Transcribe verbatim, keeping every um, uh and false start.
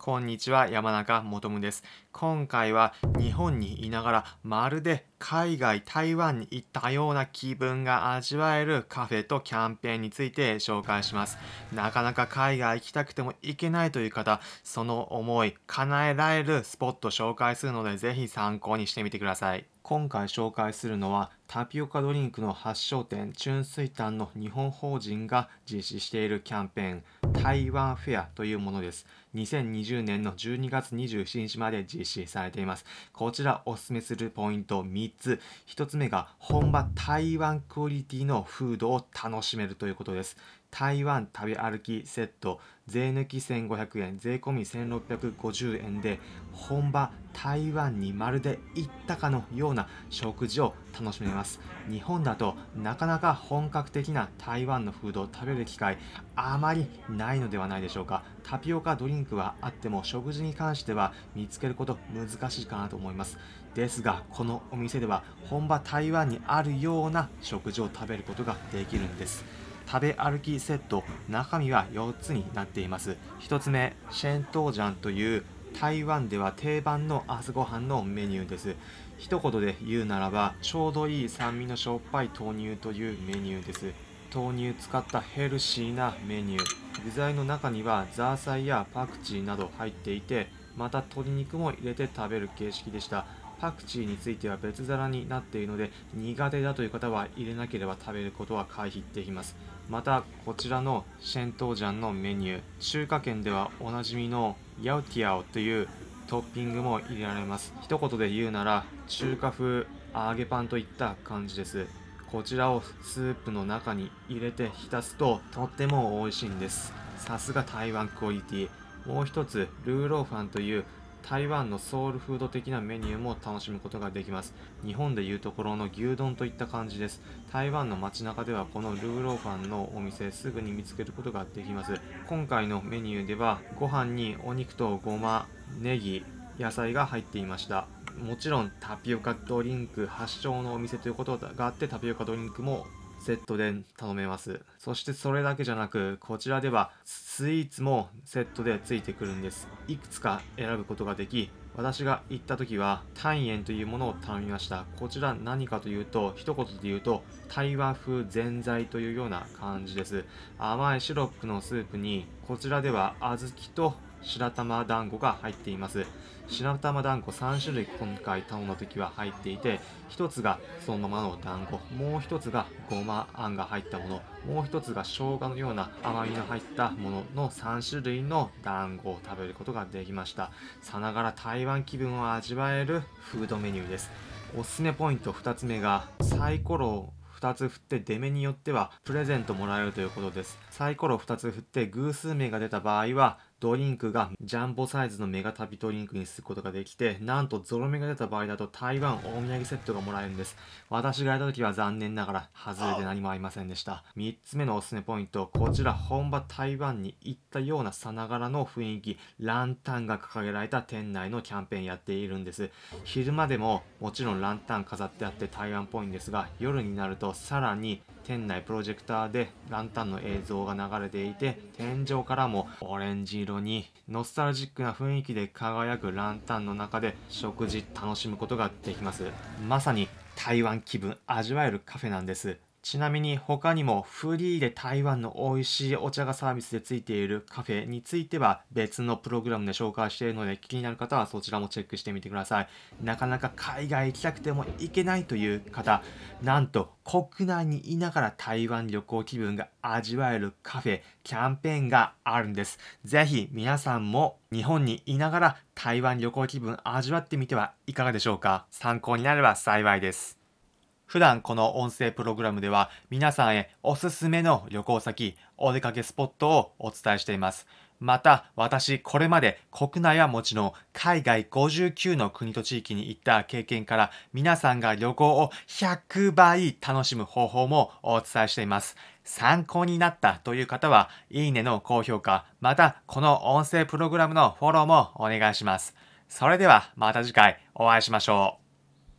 こんにちは、山中もとむです。今回は日本にいながらまるで海外、台湾に行ったような気分が味わえるカフェとキャンペーンについて紹介します。なかなか海外行きたくても行けないという方、その思い叶えられるスポット紹介するのでぜひ参考にしてみてください。今回紹介するのはタピオカドリンクの発祥店チュンスイタンの日本法人が実施しているキャンペーン台湾フェアというものです。にせんにじゅうねんのじゅうにがつにじゅうしちにちまで実施されています。こちらおすすめするポイントみっつ。ひとつめが本場台湾クオリティのフードを楽しめるということです。台湾食べ歩きセット税抜きせんごひゃくえん税込みせんろっぴゃくごじゅうえんで本場台湾にまるで行ったかのような食事を楽しめます。日本だとなかなか本格的な台湾のフードを食べる機会あまりないのではないでしょうか。タピオカドリンクはあっても食事に関しては見つけること難しいかなと思います。ですがこのお店では本場台湾にあるような食事を食べることができるんです。食べ歩きセット、中身はよっつになっています。ひとつめ、シェントージャンという台湾では定番の朝ごはんのメニューです。一言で言うならば、ちょうどいい酸味のしょっぱい豆乳というメニューです。豆乳使ったヘルシーなメニュー。具材の中にはザーサイやパクチーなど入っていて、また鶏肉も入れて食べる形式でした。パクチーについては別皿になっているので苦手だという方は入れなければ食べることは回避できます。またこちらのシェントージャンのメニュー、中華圏ではおなじみのヤオティアオというトッピングも入れられます。一言で言うなら中華風揚げパンといった感じです。こちらをスープの中に入れて浸すととっても美味しいんです。さすが台湾クオリティ。もう一つルーローファンという台湾のソウルフード的なメニューも楽しむことができます。日本でいうところの牛丼といった感じです。台湾の街中ではこのルーローファンのお店すぐに見つけることができます。今回のメニューではご飯にお肉とごま、ネギ、野菜が入っていました。もちろんタピオカドリンク発祥のお店ということがあってタピオカドリンクもセットで頼めます。そしてそれだけじゃなく、こちらではスイーツもセットでついてくるんです。いくつか選ぶことができ、私が行った時はタイエンというものを頼みました。こちら何かというと、一言で言うと台湾風ぜんざいというような感じです。甘いシロップのスープに、こちらでは小豆と白玉団子が入っています。白玉団子さんしゅるい今回頼んだ時は入っていて、ひとつがそのままの団子、もうひとつがごまあんが入ったもの、もうひとつが生姜のような甘みの入ったもののさんしゅるいの団子を食べることができました。さながら台湾気分を味わえるフードメニューです。おすすめポイントふたつめがサイコロをふたつ振って出目によってはプレゼントもらえるということです。サイコロふたつ振って偶数名が出た場合はドリンクがジャンボサイズのメガ旅ドリンクにすることができて、なんとゾロ目が出た場合だと台湾お土産セットがもらえるんです。私がやった時は残念ながら外れて何もありませんでした。みっつめのおすすめポイント、こちら本場台湾に行ったようなさながらの雰囲気、ランタンが掲げられた店内のキャンペーンやっているんです。昼間でももちろんランタン飾ってあって台湾っぽいんですが、夜になるとさらに店内プロジェクターでランタンの映像が流れていて、天井からもオレンジ色にノスタルジックな雰囲気で輝くランタンの中で食事楽しむことができます。まさに台湾気分味わえるカフェなんです。ちなみに他にもフリーで台湾の美味しいお茶がサービスでついているカフェについては別のプログラムで紹介しているので気になる方はそちらもチェックしてみてください。なかなか海外行きたくても行けないという方、なんと国内にいながら台湾旅行気分が味わえるカフェ、キャンペーンがあるんです。ぜひ皆さんも日本にいながら台湾旅行気分味わってみてはいかがでしょうか。参考になれば幸いです。普段この音声プログラムでは皆さんへおすすめの旅行先、お出かけスポットをお伝えしています。また私これまで国内はもちろん海外ごじゅうきゅうの国と地域に行った経験から皆さんが旅行をひゃくばい楽しむ方法もお伝えしています。参考になったという方はいいねの高評価、またこの音声プログラムのフォローもお願いします。それではまた次回お会いしましょう。